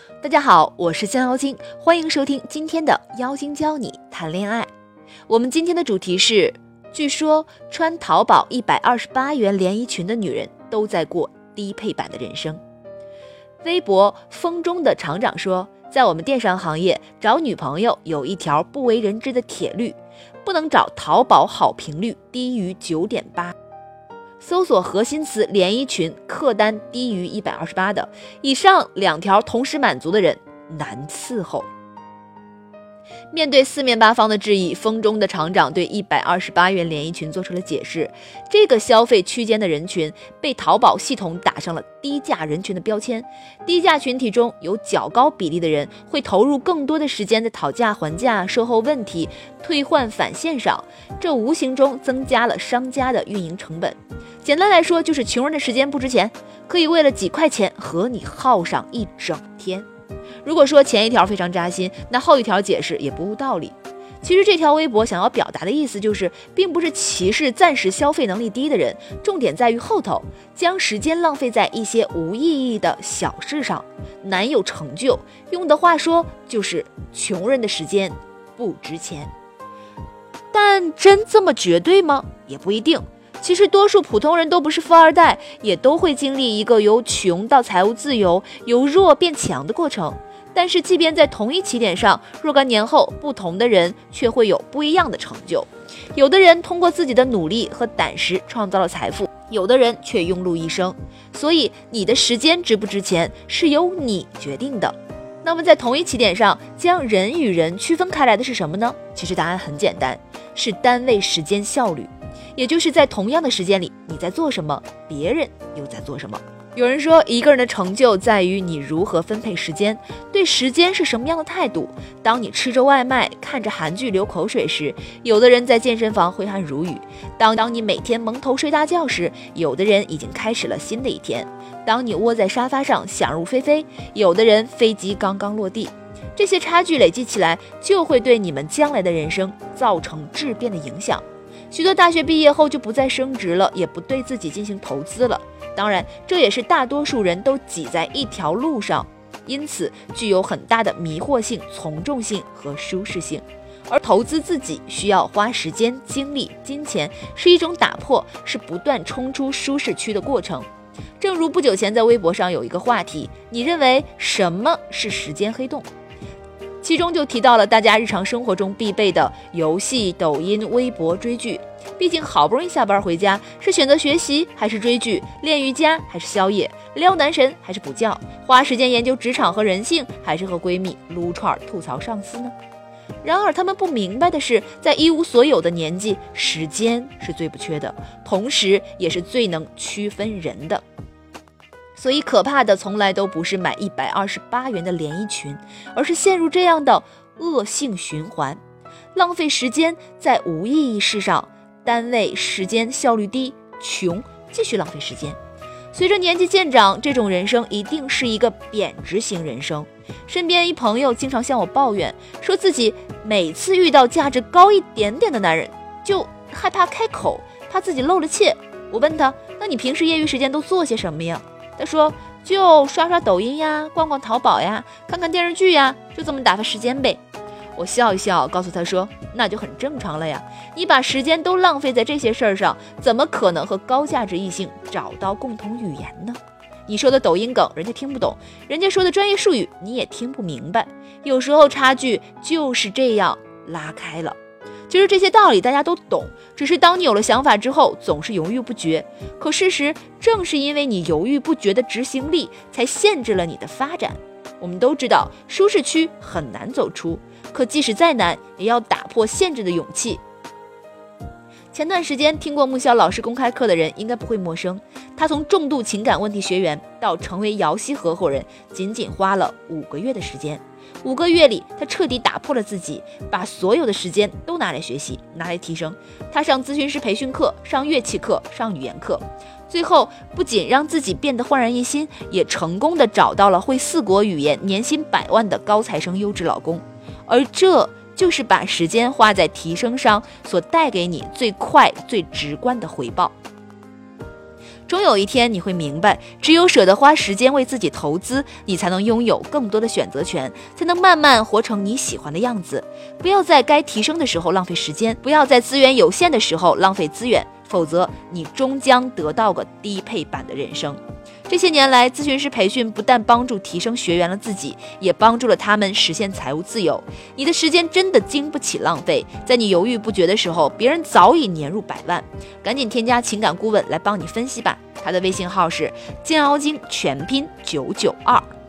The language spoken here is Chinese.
大家好，我是香妖精，欢迎收听今天的妖精教你谈恋爱。我们今天的主题是，据说穿淘宝128元连衣裙的女人都在过低配版的人生。微博风中的厂长说，在我们电商行业找女朋友有一条不为人知的铁律，不能找淘宝好评率低于 9.8， 搜索核心词连衣裙客单低于128的，以上2条同时满足的人难伺候。面对四面八方的质疑，风中的厂长对128元连衣裙做出了解释。这个消费区间的人群被淘宝系统打上了低价人群的标签，低价群体中有较高比例的人会投入更多的时间在讨价还价、售后问题、退换返现上，这无形中增加了商家的运营成本。简单来说，就是穷人的时间不值钱，可以为了几块钱和你耗上一整天。如果说前一条非常扎心，那后一条解释也不无道理。其实这条微博想要表达的意思就是，并不是歧视暂时消费能力低的人，重点在于后头将时间浪费在一些无意义的小事上，难有成就。用的话说就是穷人的时间不值钱。但真这么绝对吗？也不一定。其实多数普通人都不是富二代，也都会经历一个由穷到财务自由、由弱变强的过程。但是即便在同一起点上，若干年后，不同的人却会有不一样的成就。有的人通过自己的努力和胆识创造了财富，有的人却庸碌一生。所以你的时间值不值钱，是由你决定的。那么在同一起点上，将人与人区分开来的是什么呢？其实答案很简单，是单位时间效率。也就是在同样的时间里，你在做什么，别人又在做什么。有人说，一个人的成就在于你如何分配时间，对时间是什么样的态度。当你吃着外卖，看着韩剧流口水时，有的人在健身房挥汗如雨；当你每天蒙头睡大觉时，有的人已经开始了新的一天；当你窝在沙发上想入非非，有的人飞机刚刚落地。这些差距累积起来，就会对你们将来的人生造成质变的影响。许多大学毕业后就不再升职了，也不对自己进行投资了。当然，这也是大多数人都挤在一条路上，因此具有很大的迷惑性、从众性和舒适性。而投资自己需要花时间、精力、金钱，是一种打破，是不断冲出舒适区的过程。正如不久前在微博上有一个话题，你认为什么是时间黑洞？其中就提到了大家日常生活中必备的游戏、抖音、微博、追剧。毕竟好不容易下班回家，是选择学习还是追剧，练瑜伽还是宵夜，撩男神还是补觉，花时间研究职场和人性，还是和闺蜜撸串吐槽上司呢？然而他们不明白的是，在一无所有的年纪，时间是最不缺的，同时也是最能区分人的。所以可怕的从来都不是买128元的连衣裙，而是陷入这样的恶性循环，浪费时间在无意义事上，单位时间效率低，穷继续浪费时间。随着年纪渐长，这种人生一定是一个贬值型人生。身边一朋友经常向我抱怨，说自己每次遇到价值高一点点的男人，就害怕开口，怕自己露了怯。我问他，那你平时业余时间都做些什么呀？他说，就刷刷抖音呀，逛逛淘宝呀，看看电视剧呀，就这么打发时间呗。我笑一笑，告诉他说，那就很正常了呀，你把时间都浪费在这些事儿上，怎么可能和高价值异性找到共同语言呢？你说的抖音梗人家听不懂，人家说的专业术语你也听不明白，有时候差距就是这样拉开了。其实这些道理大家都懂，只是当你有了想法之后，总是犹豫不决。可事实正是因为你犹豫不决的执行力，才限制了你的发展。我们都知道，舒适区很难走出，可即使再难，也要打破限制的勇气。前段时间听过木肖老师公开课的人应该不会陌生，他从重度情感问题学员到成为瑶溪合伙人，仅仅花了5个月的时间。5个月里，他彻底打破了自己，把所有的时间都拿来学习，拿来提升。他上咨询师培训课，上乐器课，上语言课，最后不仅让自己变得焕然一新，也成功的找到了会4国语言、年薪100万的高材生优质老公。而这就是把时间花在提升上所带给你最快最直观的回报。 终有一天你会明白，只有舍得花时间为自己投资，你才能拥有更多的选择权，才能慢慢活成你喜欢的样子。不要在该提升的时候浪费时间，不要在资源有限的时候浪费资源，否则你终将得到个低配版的人生。这些年来，咨询师培训不但帮助提升学员了自己，也帮助了他们实现财务自由。你的时间真的经不起浪费，在你犹豫不决的时候，别人早已年入百万。赶紧添加情感顾问来帮你分析吧，他的微信号是煎熬精全拼992。